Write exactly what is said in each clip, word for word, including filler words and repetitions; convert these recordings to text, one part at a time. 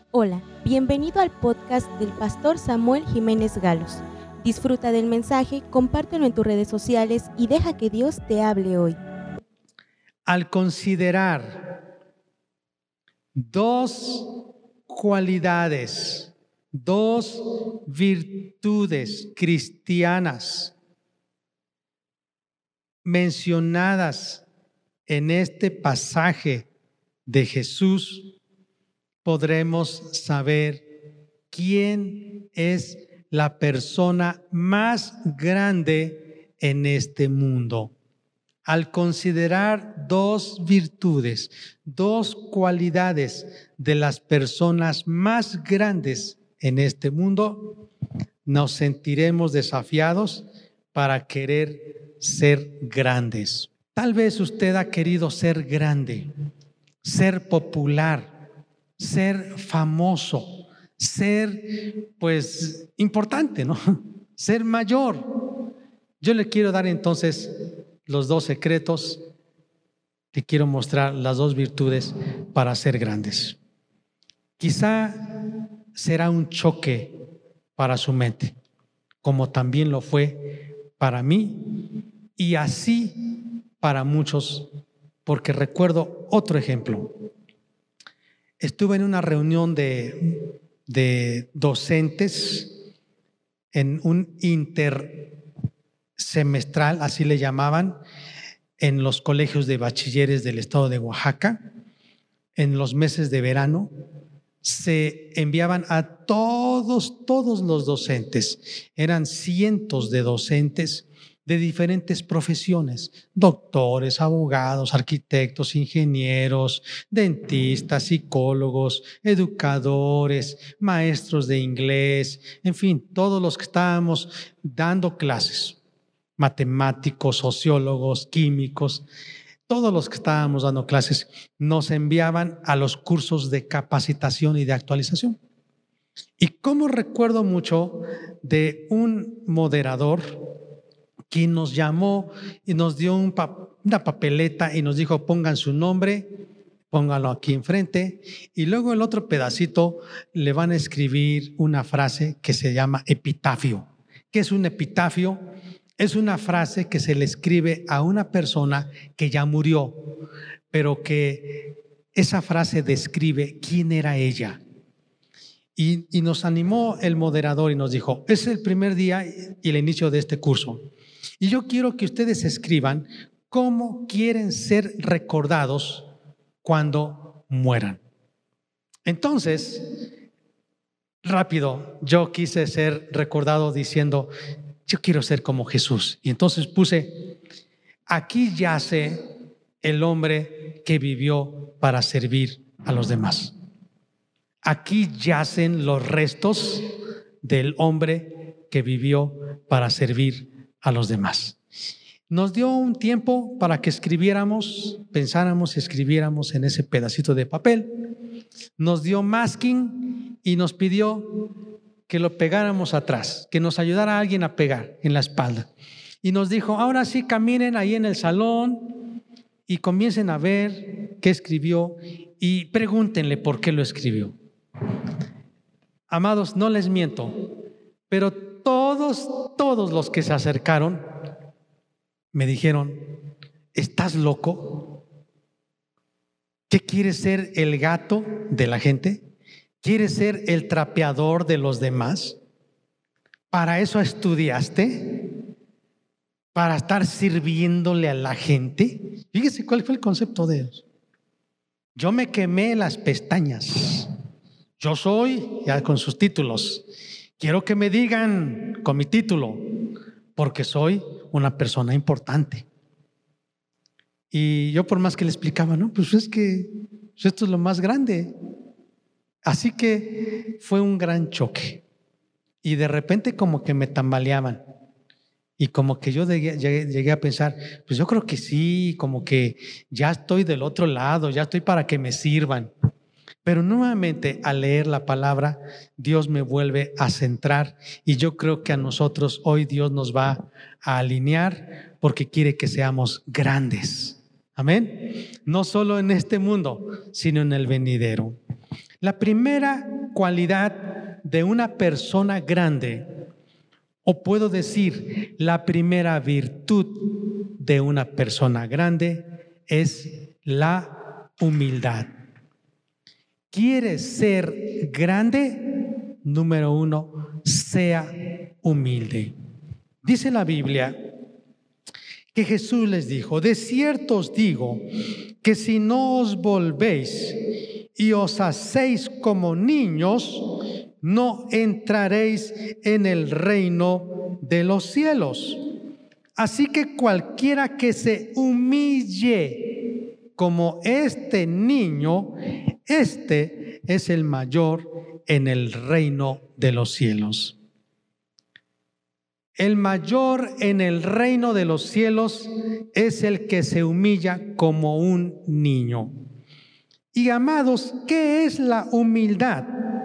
Hola, bienvenido al podcast del pastor Samuel Jiménez Galos. Disfruta del mensaje, compártelo en tus redes sociales y deja que Dios te hable hoy. Al considerar dos cualidades, dos virtudes cristianas mencionadas en este pasaje de Jesús, podremos saber quién es la persona más grande en este mundo. Al considerar dos virtudes, dos cualidades de las personas más grandes en este mundo, nos sentiremos desafiados para querer ser grandes. Tal vez usted ha querido ser grande, ser popular, ser famoso, ser pues importante, ¿no? Ser mayor. Yo le quiero dar entonces los dos secretos, te quiero mostrar las dos virtudes para ser grandes. Quizá será un choque para su mente, como también lo fue para mí y así para muchos, porque recuerdo otro ejemplo. Estuve en una reunión de, de docentes en un intersemestral, así le llamaban, en los colegios de bachilleres del estado de Oaxaca. En los meses de verano se enviaban a todos, todos los docentes, eran cientos de docentes de diferentes profesiones, doctores, abogados, arquitectos, ingenieros, dentistas, psicólogos, educadores, maestros de inglés, en fin, todos los que estábamos dando clases, matemáticos, sociólogos, químicos. Todos los que estábamos dando clases nos enviaban a los cursos de capacitación y de actualización. Y como recuerdo mucho de un moderador quien nos llamó y nos dio un pa- una papeleta y nos dijo: pongan su nombre, pónganlo aquí enfrente, y luego el otro pedacito le van a escribir una frase que se llama epitafio. ¿Qué es un epitafio? Es una frase que se le escribe a una persona que ya murió, pero que esa frase describe quién era ella. Y, y nos animó el moderador y nos dijo: es el primer día y el inicio de este curso. Y yo quiero que ustedes escriban cómo quieren ser recordados cuando mueran. Entonces, rápido, yo quise ser recordado diciendo: yo quiero ser como Jesús. Y entonces puse: aquí yace el hombre que vivió para servir a los demás. Aquí yacen los restos del hombre que vivió para servir a los demás. Nos dio un tiempo para que escribiéramos, pensáramos y escribiéramos en ese pedacito de papel. Nos dio masking y nos pidió que lo pegáramos atrás, que nos ayudara a alguien a pegar en la espalda. Y nos dijo: ahora sí, caminen ahí en el salón y comiencen a ver qué escribió y pregúntenle por qué lo escribió. Amados, no les miento, pero todos, todos los que se acercaron me dijeron: ¿estás loco? ¿Qué quieres ser, el gato de la gente? ¿Quieres ser el trapeador de los demás? ¿Para eso estudiaste? ¿Para estar sirviéndole a la gente? Fíjese cuál fue el concepto de ellos. Yo me quemé las pestañas. Yo soy, ya con sus títulos, quiero que me digan con mi título, porque soy una persona importante. Y yo, por más que le explicaba, no, pues es que esto es lo más grande. Así que fue un gran choque. Y de repente como que me tambaleaban. Y como que yo llegué, llegué a pensar, pues yo creo que sí, como que ya estoy del otro lado, ya estoy para que me sirvan. Pero nuevamente, al leer la palabra, Dios me vuelve a centrar, y yo creo que a nosotros hoy Dios nos va a alinear porque quiere que seamos grandes. Amén. No solo en este mundo, sino en el venidero. La primera cualidad de una persona grande, o puedo decir, la primera virtud de una persona grande es la humildad. ¿Quieres ser grande? Número uno, sea humilde. Dice la Biblia que Jesús les dijo: de cierto os digo que si no os volvéis y os hacéis como niños, no entraréis en el reino de los cielos. Así que cualquiera que se humille como este niño, este es el mayor en el reino de los cielos. El mayor en el reino de los cielos es el que se humilla como un niño. Y amados, ¿qué es la humildad?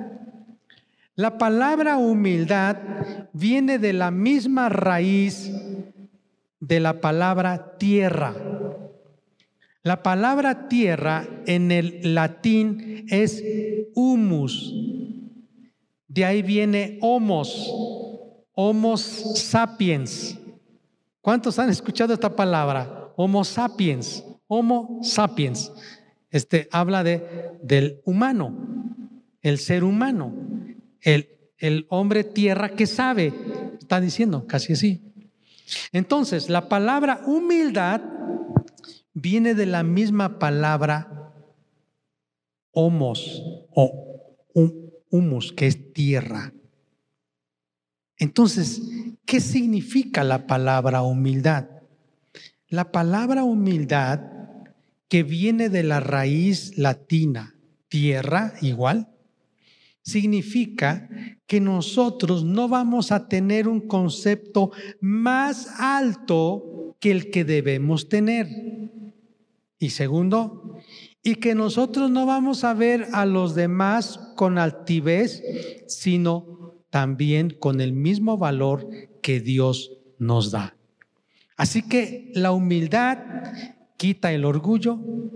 La palabra humildad viene de la misma raíz de la palabra tierra. La palabra tierra en el latín es humus. De ahí viene homos, Homo sapiens. ¿Cuántos han escuchado esta palabra? Homo sapiens, Homo sapiens. Este habla de, del humano, el ser humano, el, el hombre tierra que sabe, está diciendo casi así. Entonces, la palabra humildad viene de la misma palabra homos o humus, que es tierra. Entonces, ¿qué significa la palabra humildad? La palabra humildad, que viene de la raíz latina, tierra igual, significa que nosotros no vamos a tener un concepto más alto que el que debemos tener. Y segundo, y que nosotros no vamos a ver a los demás con altivez, sino también con el mismo valor que Dios nos da. Así que la humildad quita el orgullo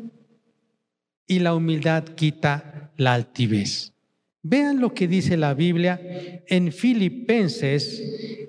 y la humildad quita la altivez. Vean lo que dice la Biblia en Filipenses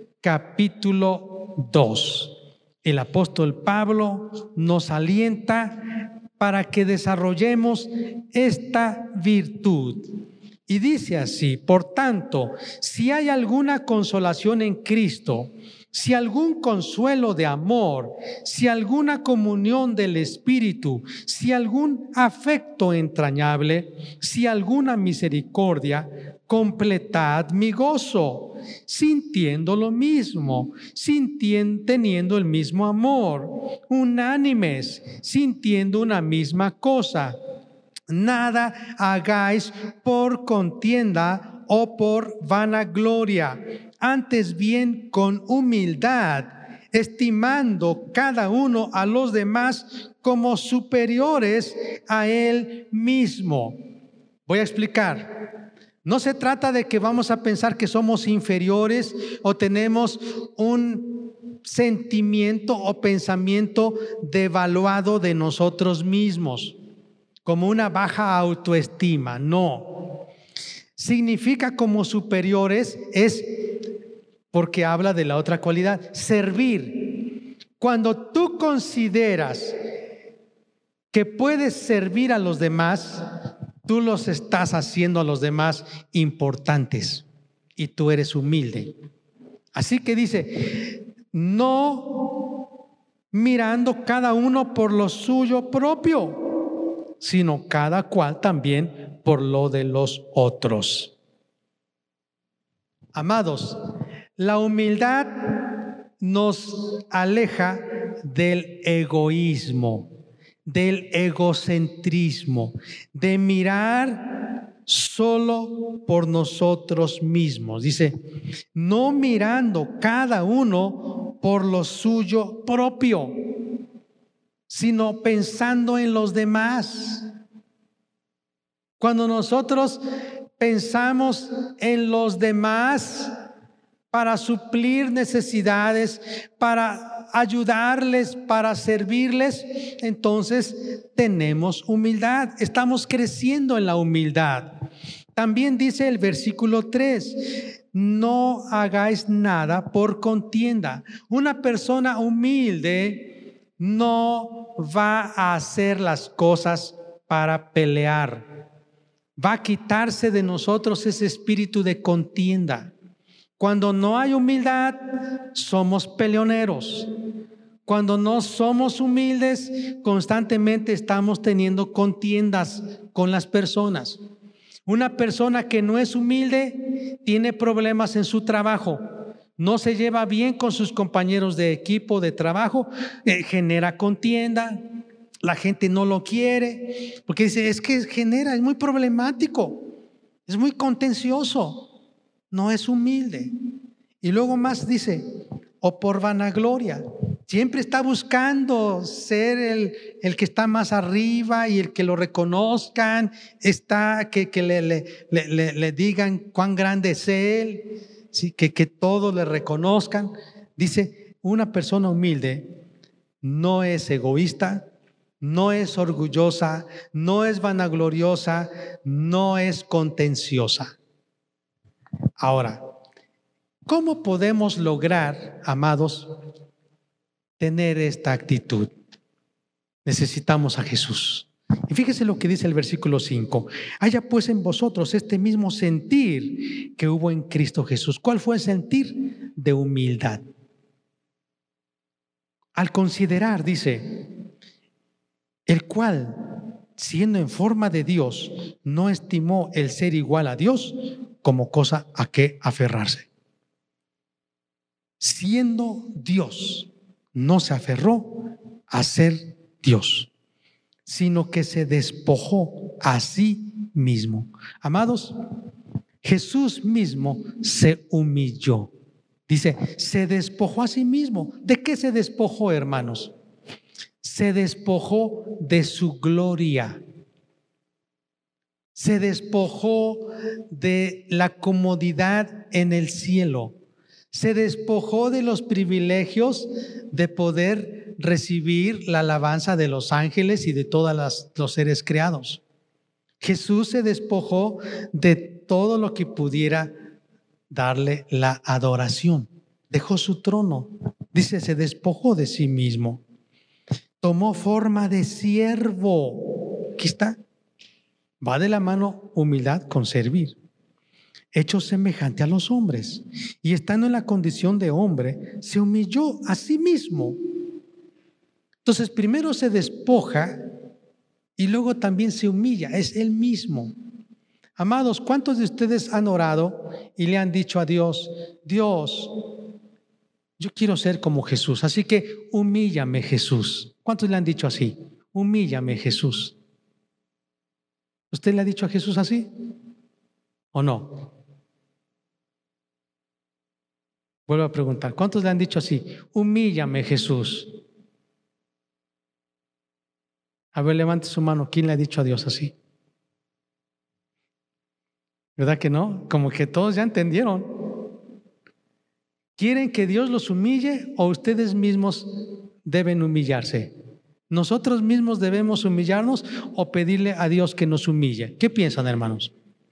capítulo dos. El apóstol Pablo nos alienta para que desarrollemos esta virtud. Y dice así: por tanto, si hay alguna consolación en Cristo, si algún consuelo de amor, si alguna comunión del Espíritu, si algún afecto entrañable, si alguna misericordia, completad mi gozo, sintiendo lo mismo, sintiendo, teniendo el mismo amor, unánimes, sintiendo una misma cosa. Nada hagáis por contienda o por vanagloria, antes bien con humildad, estimando cada uno a los demás como superiores a él mismo. Voy a explicar. No se trata de que vamos a pensar que somos inferiores o tenemos un sentimiento o pensamiento devaluado de nosotros mismos, como una baja autoestima. No. Significa como superiores es porque habla de la otra cualidad, servir. Cuando tú consideras que puedes servir a los demás, tú los estás haciendo a los demás importantes y tú eres humilde. Así que dice, no mirando cada uno por lo suyo propio, sino cada cual también por lo de los otros. Amados, la humildad nos aleja del egoísmo, del egocentrismo, de mirar solo por nosotros mismos. Dice, no mirando cada uno por lo suyo propio, sino pensando en los demás. Cuando nosotros pensamos en los demás para suplir necesidades, para ayudarles, para servirles, entonces tenemos humildad, estamos creciendo en la humildad. También dice el versículo tres, no hagáis nada por contienda. Una persona humilde no va a hacer las cosas para pelear. Va a quitarse de nosotros ese espíritu de contienda. Cuando no hay humildad, somos peleoneros. Cuando no somos humildes, constantemente estamos teniendo contiendas con las personas. Una persona que no es humilde tiene problemas en su trabajo, no se lleva bien con sus compañeros de equipo, de trabajo, eh, genera contienda, la gente no lo quiere, porque dice, es que genera, es muy problemático, es muy contencioso, no es humilde. Y luego más dice, o por vanagloria. Siempre está buscando ser el, el que está más arriba y el que lo reconozcan, está que, que le, le, le, le digan cuán grande es él, ¿sí? que, que todos le reconozcan. Dice, una persona humilde no es egoísta, no es orgullosa, no es vanagloriosa, no es contenciosa. Ahora, ¿cómo podemos lograr, amados, tener esta actitud? Necesitamos a Jesús. Y fíjese lo que dice el versículo cinco. Haya pues en vosotros este mismo sentir que hubo en Cristo Jesús. ¿Cuál fue el sentir? De humildad. Al considerar, dice, el cual, siendo en forma de Dios, no estimó el ser igual a Dios como cosa a que aferrarse. Siendo Dios, no se aferró a ser Dios, sino que se despojó a sí mismo. Amados, Jesús mismo se humilló. Dice, se despojó a sí mismo. ¿De qué se despojó, hermanos? Se despojó de su gloria. Se despojó de la comodidad en el cielo. Se despojó de los privilegios de poder recibir la alabanza de los ángeles y de todos los seres creados. Jesús se despojó de todo lo que pudiera darle la adoración. Dejó su trono. Dice, se despojó de sí mismo. Tomó forma de siervo. Aquí está. Va de la mano humildad con servir. Hecho semejante a los hombres, y estando en la condición de hombre, se humilló a sí mismo. Entonces, primero se despoja y luego también se humilla, es él mismo. Amados, ¿cuántos de ustedes han orado y le han dicho a Dios, Dios, yo quiero ser como Jesús, así que humíllame, Jesús? ¿Cuántos le han dicho así? Humíllame, Jesús. ¿Usted le ha dicho a Jesús así o no? Vuelvo a preguntar, ¿cuántos le han dicho así? Humíllame, Jesús. A ver, levante su mano. ¿Quién le ha dicho a Dios así? ¿Verdad que no? Como que todos ya entendieron. ¿Quieren que Dios los humille o ustedes mismos deben humillarse? ¿Nosotros mismos debemos humillarnos o pedirle a Dios que nos humille? ¿Qué piensan, hermanos?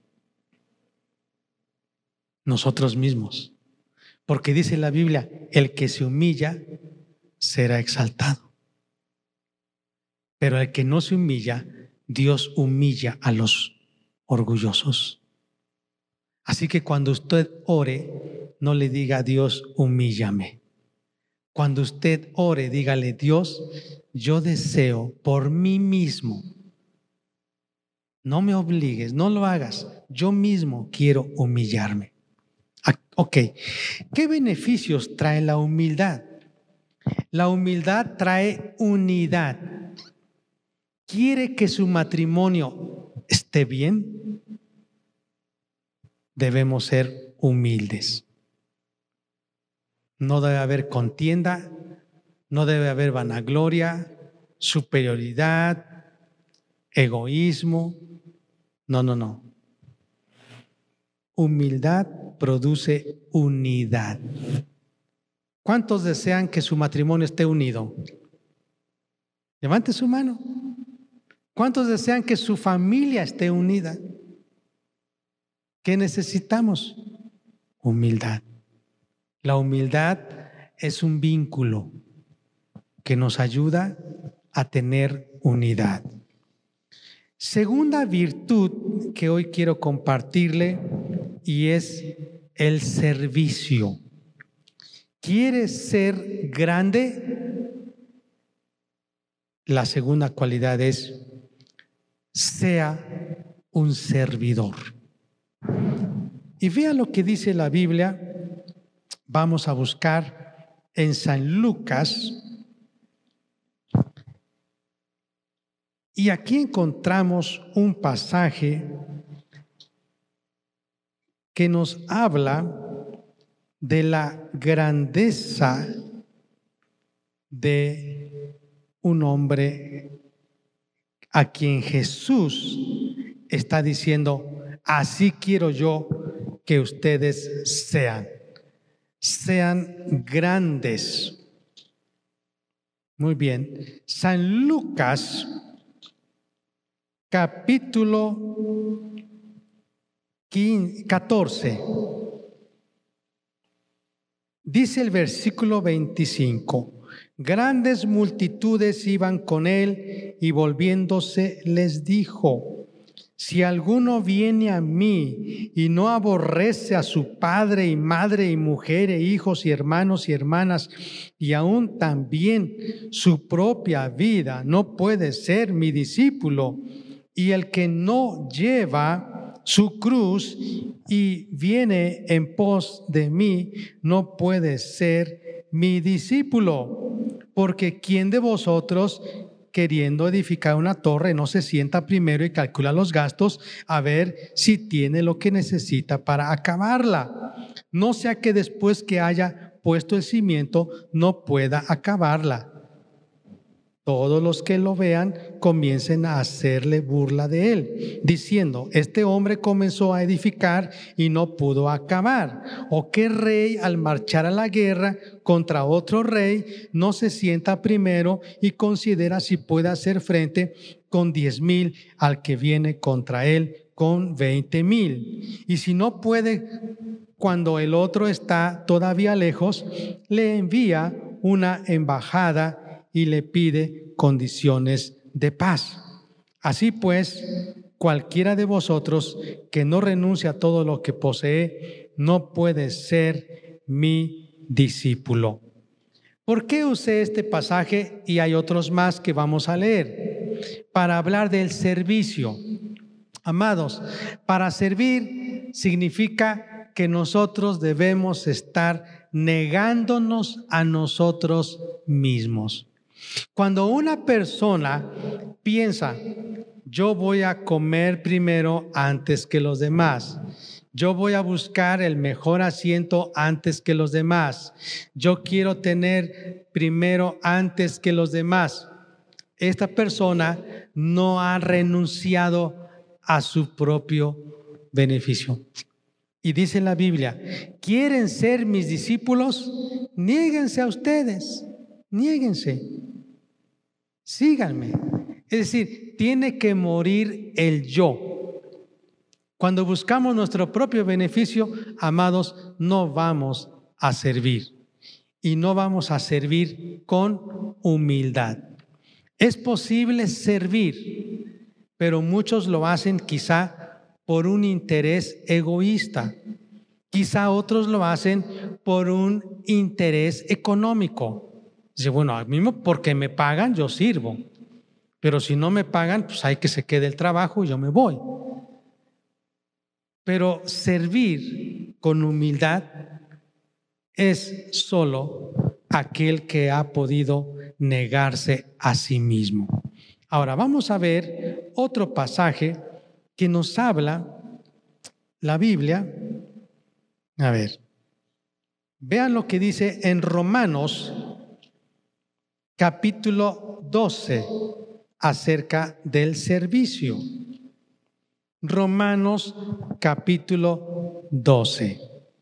Nosotros mismos. Porque dice la Biblia, el que se humilla será exaltado. Pero el que no se humilla, Dios humilla a los orgullosos. Así que cuando usted ore, no le diga a Dios, humíllame. Cuando usted ore, dígale, Dios, yo deseo por mí mismo. No me obligues, no lo hagas. Yo mismo quiero humillarme. Ok, ¿qué beneficios trae la humildad? La humildad trae unidad. ¿Quiere que su matrimonio esté bien? Debemos ser humildes. No debe haber contienda, no debe haber vanagloria, superioridad, egoísmo. No, no, no. Humildad produce unidad. ¿Cuántos desean que su matrimonio esté unido? Levante su mano. ¿Cuántos desean que su familia esté unida? ¿Qué necesitamos? Humildad. La humildad es un vínculo que nos ayuda a tener unidad. Segunda virtud que hoy quiero compartirle y es el servicio. ¿Quieres ser grande? La segunda cualidad es sea un servidor. Y vea lo que dice la Biblia. Vamos a buscar en San Lucas. Y aquí encontramos un pasaje que nos habla de la grandeza de un hombre a quien Jesús está diciendo: así quiero yo que ustedes sean, sean grandes. Muy bien, San Lucas capítulo catorce. Dice el versículo veinticinco: grandes multitudes iban con él y volviéndose les dijo: si alguno viene a mí y no aborrece a su padre y madre y mujer e hijos y hermanos y hermanas y aún también su propia vida, no puede ser mi discípulo. Y el que no lleva su cruz y viene en pos de mí, no puede ser mi discípulo. Porque ¿quién de vosotros, queriendo edificar una torre, no se sienta primero y calcula los gastos a ver si tiene lo que necesita para acabarla? No sea que después que haya puesto el cimiento no pueda acabarla. Todos los que lo vean comiencen a hacerle burla de él, diciendo: este hombre comenzó a edificar y no pudo acabar. ¿O qué rey al marchar a la guerra contra otro rey no se sienta primero y considera si puede hacer frente con diez mil al que viene contra él con veinte mil? Y si no puede cuando el otro está todavía lejos, le envía una embajada y le pide condiciones de paz. Así pues, cualquiera de vosotros que no renuncie a todo lo que posee, no puede ser mi discípulo. ¿Por qué usé este pasaje? Y hay otros más que vamos a leer. Para hablar del servicio. Amados, para servir significa que nosotros debemos estar negándonos a nosotros mismos. Cuando una persona piensa: yo voy a comer primero antes que los demás, yo voy a buscar el mejor asiento antes que los demás, yo quiero tener primero antes que los demás, esta persona no ha renunciado a su propio beneficio. Y dice la Biblia: ¿quieren ser mis discípulos? Niéguense a ustedes, niéguense. Síganme. Es decir, tiene que morir el yo. Cuando buscamos nuestro propio beneficio, amados, no vamos a servir. Y no vamos a servir con humildad. Es posible servir, pero muchos lo hacen quizá por un interés egoísta. Quizá otros lo hacen por un interés económico. Dice: bueno, a mí porque me pagan yo sirvo, pero si no me pagan, pues hay que se quede el trabajo y yo me voy. Pero servir con humildad es solo aquel que ha podido negarse a sí mismo. Ahora vamos a ver otro pasaje que nos habla la Biblia. A ver, vean lo que dice en Romanos capítulo doce acerca del servicio. Romanos capítulo doce.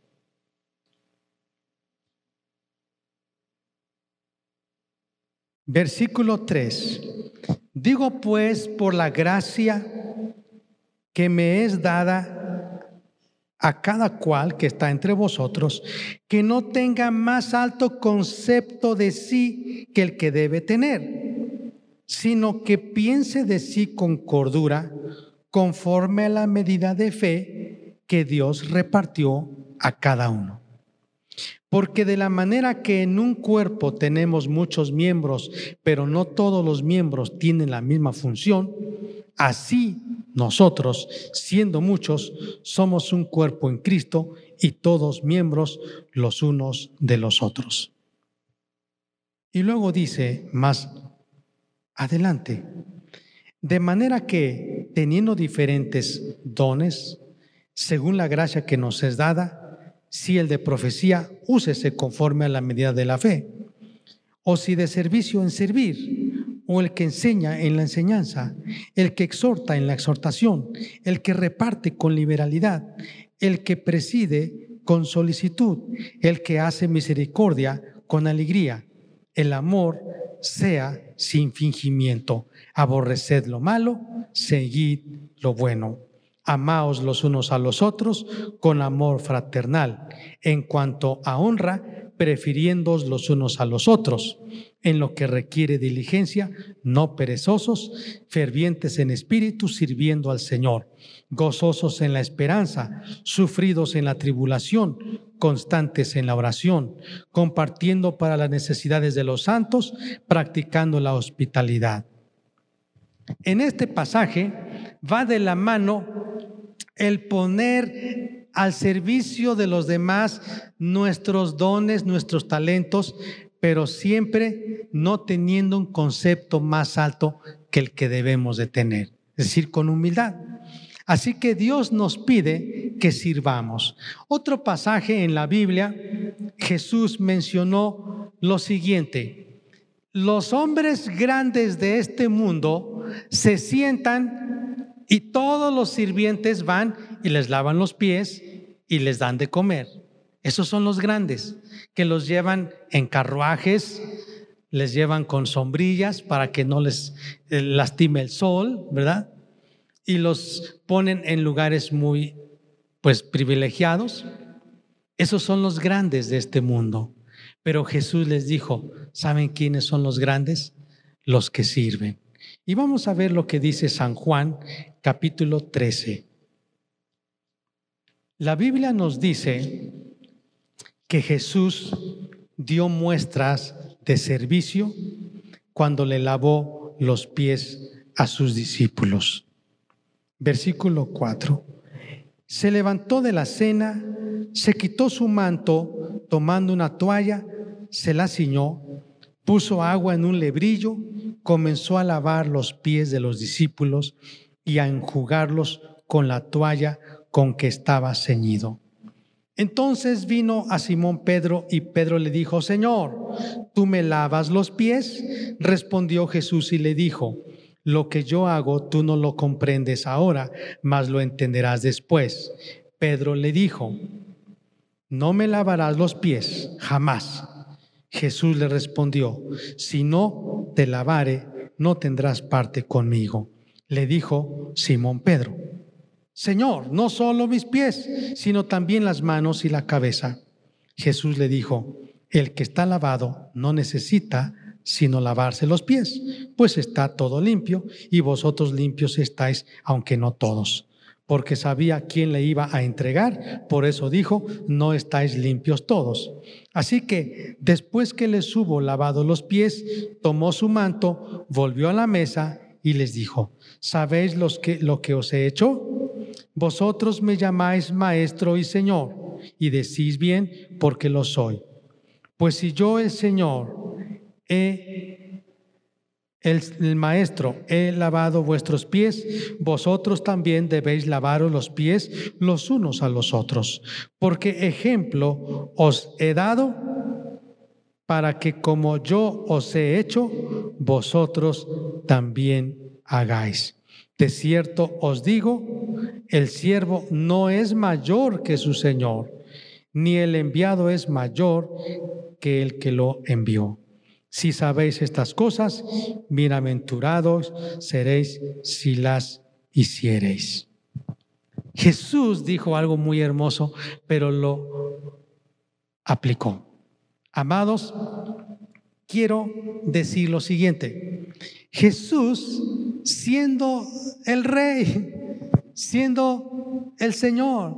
Versículo tres. Digo pues, por la gracia que me es dada, a cada cual que está entre vosotros, que no tenga más alto concepto de sí que el que debe tener, sino que piense de sí con cordura, conforme a la medida de fe que Dios repartió a cada uno. Porque de la manera que en un cuerpo tenemos muchos miembros, pero no todos los miembros tienen la misma función, así nosotros, siendo muchos, somos un cuerpo en Cristo y todos miembros los unos de los otros. Y luego dice más adelante, de manera que teniendo diferentes dones, según la gracia que nos es dada, si el de profecía, úsese conforme a la medida de la fe, o si de servicio, en servir, o el que enseña en la enseñanza, el que exhorta en la exhortación, el que reparte con liberalidad, el que preside con solicitud, el que hace misericordia con alegría. El amor sea sin fingimiento. Aborreced lo malo, seguid lo bueno. Amaos los unos a los otros con amor fraternal. En cuanto a honra, prefiriéndoos los unos a los otros. En lo que requiere diligencia, no perezosos, fervientes en espíritu, sirviendo al Señor. Gozosos en la esperanza, sufridos en la tribulación, constantes en la oración, compartiendo para las necesidades de los santos, practicando la hospitalidad. En este pasaje va de la mano el poner al servicio de los demás nuestros dones, nuestros talentos, pero siempre no teniendo un concepto más alto que el que debemos de tener, es decir, con humildad. Así que Dios nos pide que sirvamos. Otro pasaje en la Biblia, Jesús mencionó lo siguiente: los hombres grandes de este mundo se sientan y todos los sirvientes van y les lavan los pies y les dan de comer. Esos son los grandes, que los llevan en carruajes, les llevan con sombrillas para que no les lastime el sol, ¿verdad? Y los ponen en lugares muy, pues, privilegiados. Esos son los grandes de este mundo. Pero Jesús les dijo, ¿saben quiénes son los grandes? Los que sirven. Y vamos a ver lo que dice San Juan, capítulo trece. La Biblia nos dice que Jesús dio muestras de servicio cuando le lavó los pies a sus discípulos. Versículo cuatro. Se levantó de la cena, se quitó su manto, tomando una toalla, se la ciñó, puso agua en un lebrillo, comenzó a lavar los pies de los discípulos y a enjugarlos con la toalla con que estaba ceñido. Entonces vino a Simón Pedro y Pedro le dijo, Señor, ¿tú me lavas los pies? Respondió Jesús y le dijo, lo que yo hago tú no lo comprendes ahora, mas lo entenderás después. Pedro le dijo, no me lavarás los pies, jamás. Jesús le respondió, si no te lavare, no tendrás parte conmigo. Le dijo Simón Pedro, Señor, no solo mis pies, sino también las manos y la cabeza. Jesús le dijo, el que está lavado no necesita sino lavarse los pies, pues está todo limpio y vosotros limpios estáis, aunque no todos. Porque sabía quién le iba a entregar, por eso dijo, no estáis limpios todos. Así que después que les hubo lavado los pies, tomó su manto, volvió a la mesa y les dijo, ¿sabéis los que, lo que os he hecho? Vosotros me llamáis maestro y señor, y decís bien porque lo soy. Pues si yo, el Señor, he, el, el maestro, he lavado vuestros pies, vosotros también debéis lavaros los pies los unos a los otros. Porque ejemplo os he dado para que como yo os he hecho, vosotros también hagáis. De cierto os digo, el siervo no es mayor que su Señor, ni el enviado es mayor que el que lo envió. Si sabéis estas cosas, bienaventurados seréis si las hiciereis. Jesús dijo algo muy hermoso, pero lo aplicó. Amados, quiero decir lo siguiente. Jesús, siendo el Rey, siendo el Señor,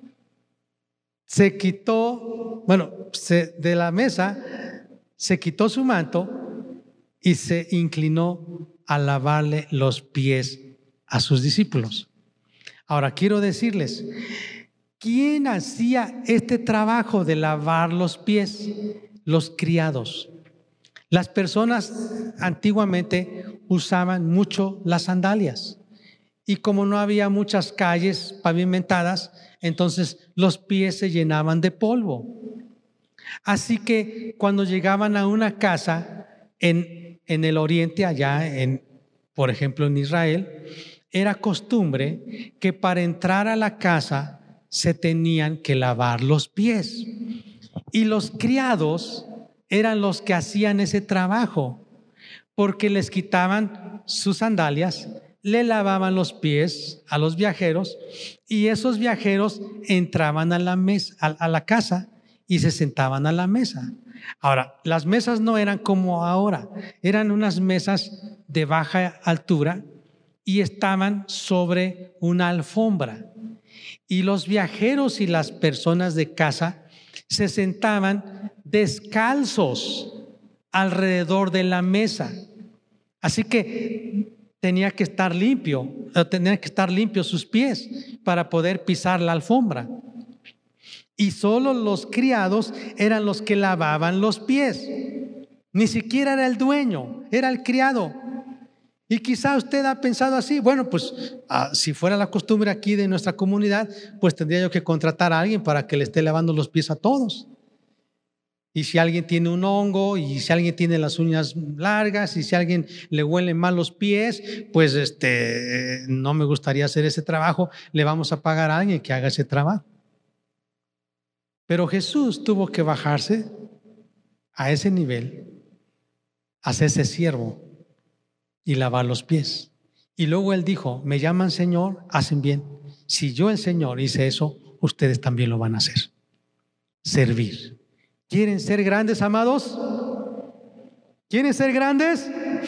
se quitó, bueno, se, de la mesa, se quitó su manto y se inclinó a lavarle los pies a sus discípulos. Ahora quiero decirles, ¿quién hacía este trabajo de lavar los pies? Los criados. Las personas antiguamente usaban mucho las sandalias y como no había muchas calles pavimentadas, entonces los pies se llenaban de polvo. Así que cuando llegaban a una casa en, en el oriente, allá en, por ejemplo en Israel, era costumbre que para entrar a la casa se tenían que lavar los pies. Y los criados eran los que hacían ese trabajo, porque les quitaban sus sandalias, le lavaban los pies a los viajeros y esos viajeros entraban a la mesa, a, a la casa y se sentaban a la mesa. Ahora, las mesas no eran como ahora, eran unas mesas de baja altura y estaban sobre una alfombra. Y los viajeros y las personas de casa se sentaban descalzos alrededor de la mesa. Así que tenía que estar limpio, tenían que estar limpios sus pies para poder pisar la alfombra. Y solo los criados eran los que lavaban los pies. Ni siquiera era el dueño, era el criado. Y quizá usted ha pensado así, bueno, pues ah, si fuera la costumbre aquí de nuestra comunidad, pues tendría yo que contratar a alguien para que le esté lavando los pies a todos. Y si alguien tiene un hongo, y si alguien tiene las uñas largas, y si a alguien le huelen mal los pies, pues este, no me gustaría hacer ese trabajo, le vamos a pagar a alguien que haga ese trabajo. Pero Jesús tuvo que bajarse a ese nivel, hacerse siervo y lavar los pies. Y luego él dijo, me llaman Señor, hacen bien. Si yo el Señor hice eso, ustedes también lo van a hacer. Servir. ¿Quieren ser grandes, amados? ¿Quieren ser grandes?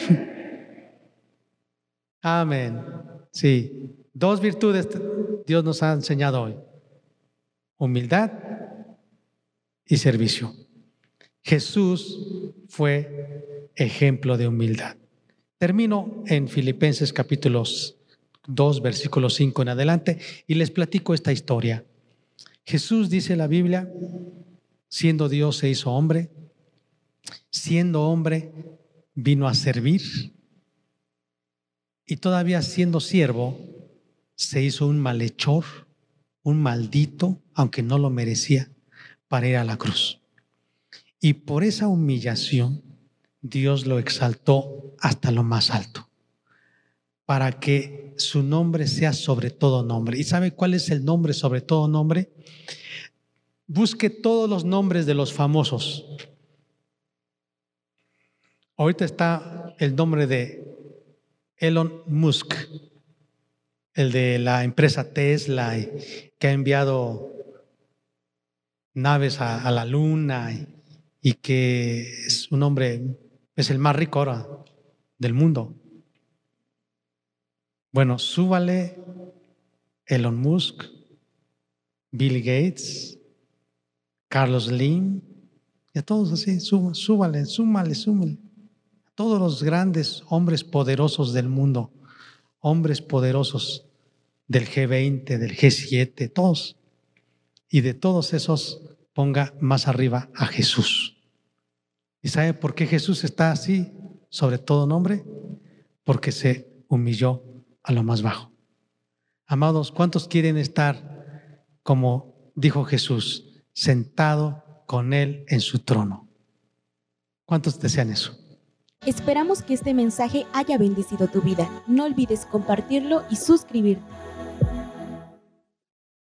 Amén. Sí. Dos virtudes Dios nos ha enseñado hoy. Humildad y servicio. Jesús fue ejemplo de humildad. Termino en Filipenses capítulos dos, versículo cinco en adelante y les platico esta historia. Jesús, dice la Biblia, siendo Dios se hizo hombre, siendo hombre vino a servir y todavía siendo siervo se hizo un malhechor, un maldito, aunque no lo merecía, para ir a la cruz. Y por esa humillación Dios lo exaltó hasta lo más alto, para que su nombre sea sobre todo nombre. ¿Y sabe cuál es el nombre sobre todo nombre? Busque todos los nombres de los famosos. Ahorita está el nombre de Elon Musk, el de la empresa Tesla, que ha enviado naves a, a la luna y, y que es un hombre, es el más rico ahora del mundo. Bueno, súbale Elon Musk, Bill Gates, Carlos Slim, y a todos así, súbale, súbale, súmale, súmale. A todos los grandes hombres poderosos del mundo, hombres poderosos del G veinte, del G siete, todos. Y de todos esos ponga más arriba a Jesús. ¿Y sabe por qué Jesús está así sobre todo nombre? Porque se humilló a lo más bajo. Amados, ¿cuántos quieren estar como dijo Jesús, sentado con Él en su trono? ¿Cuántos desean eso? Esperamos que este mensaje haya bendecido tu vida. No olvides compartirlo y suscribirte.